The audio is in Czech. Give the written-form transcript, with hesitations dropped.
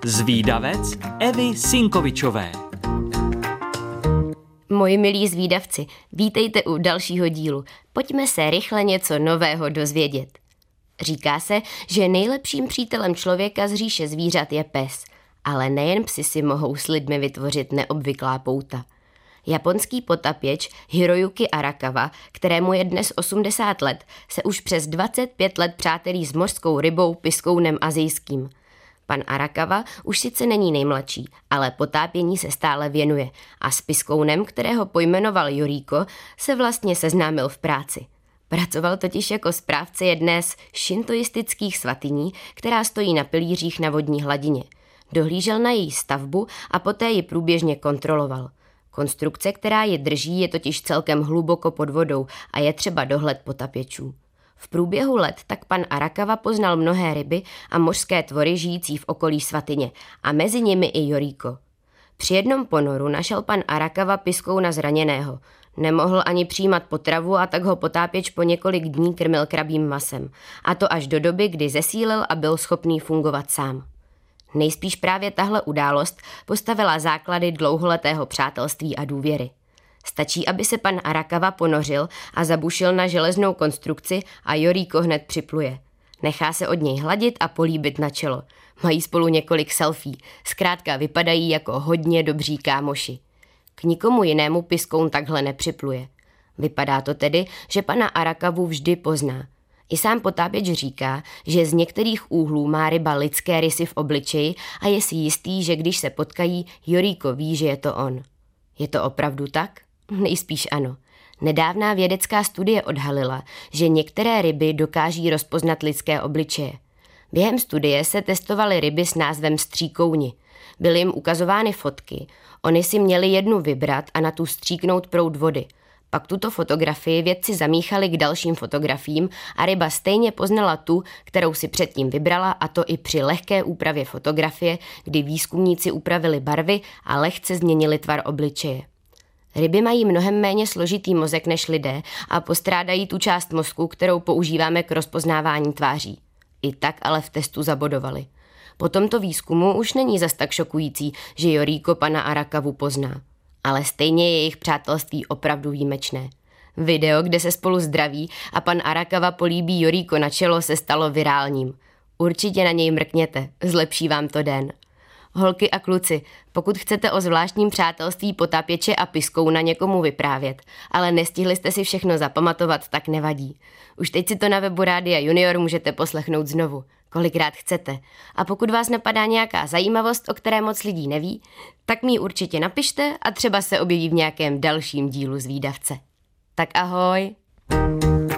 Zvídavec Evy Sinkovičové. Moji milí zvídavci, vítejte u dalšího dílu. Pojďme se rychle něco nového dozvědět. Říká se, že nejlepším přítelem člověka z říše zvířat je pes, ale nejen psi si mohou s lidmi vytvořit neobvyklá pouta. Japonský potapěč Hirojuki Arakawa, kterému je dnes 80 let, se už přes 25 let přátelí s mořskou rybou piskounem asijským. Pan Arakawa už sice není nejmladší, ale potápění se stále věnuje a s piskounem, kterého pojmenoval Yoriko, se vlastně seznámil v práci. Pracoval totiž jako správce jedné z šintoistických svatyní, která stojí na pilířích na vodní hladině. Dohlížel na její stavbu a poté ji průběžně kontroloval. Konstrukce, která ji drží, je totiž celkem hluboko pod vodou a je třeba dohled potapěčů. V průběhu let tak pan Arakawa poznal mnohé ryby a mořské tvory žijící v okolí svatyně a mezi nimi i Yoriko. Při jednom ponoru našel pan Arakawa piskouna zraněného. Nemohl ani přijímat potravu a tak ho potápěč po několik dní krmil krabím masem. A to až do doby, kdy zesílil a byl schopný fungovat sám. Nejspíš právě tahle událost postavila základy dlouholetého přátelství a důvěry. Stačí, aby se pan Arakawa ponořil a zabušil na železnou konstrukci a Yoriko hned připluje. Nechá se od něj hladit a políbit na čelo. Mají spolu několik selfie, zkrátka vypadají jako hodně dobří kámoši. K nikomu jinému piskoun takhle nepřipluje. Vypadá to tedy, že pana Arakawu vždy pozná. I sám potápěč říká, že z některých úhlů má ryba lidské rysy v obličeji a je si jistý, že když se potkají, Yoriko ví, že je to on. Je to opravdu tak? Nejspíš ano. Nedávná vědecká studie odhalila, že některé ryby dokáží rozpoznat lidské obličeje. Během studie se testovaly ryby s názvem stříkouni. Byly jim ukazovány fotky, oni si měli jednu vybrat a na tu stříknout proud vody. Pak tuto fotografii vědci zamíchali k dalším fotografiím a ryba stejně poznala tu, kterou si předtím vybrala, a to i při lehké úpravě fotografie, kdy výzkumníci upravili barvy a lehce změnili tvar obličeje. Ryby mají mnohem méně složitý mozek než lidé a postrádají tu část mozku, kterou používáme k rozpoznávání tváří. I tak ale v testu zabodovali. Po tomto výzkumu už není zas tak šokující, že Yoriko pana Arakawu pozná. Ale stejně je jejich přátelství opravdu výjimečné. Video, kde se spolu zdraví a pan Arakawa políbí Yoriko na čelo, se stalo virálním. Určitě na něj mrkněte, zlepší vám to den. Holky a kluci, pokud chcete o zvláštním přátelství potápěče a piskouna někomu vyprávět, ale nestihli jste si všechno zapamatovat, tak nevadí. Už teď si to na webu Rádia Junior můžete poslechnout znovu, kolikrát chcete. A pokud vás napadá nějaká zajímavost, o které moc lidí neví, tak mi ji určitě napište a třeba se objeví v nějakém dalším dílu Zvídavce. Tak ahoj!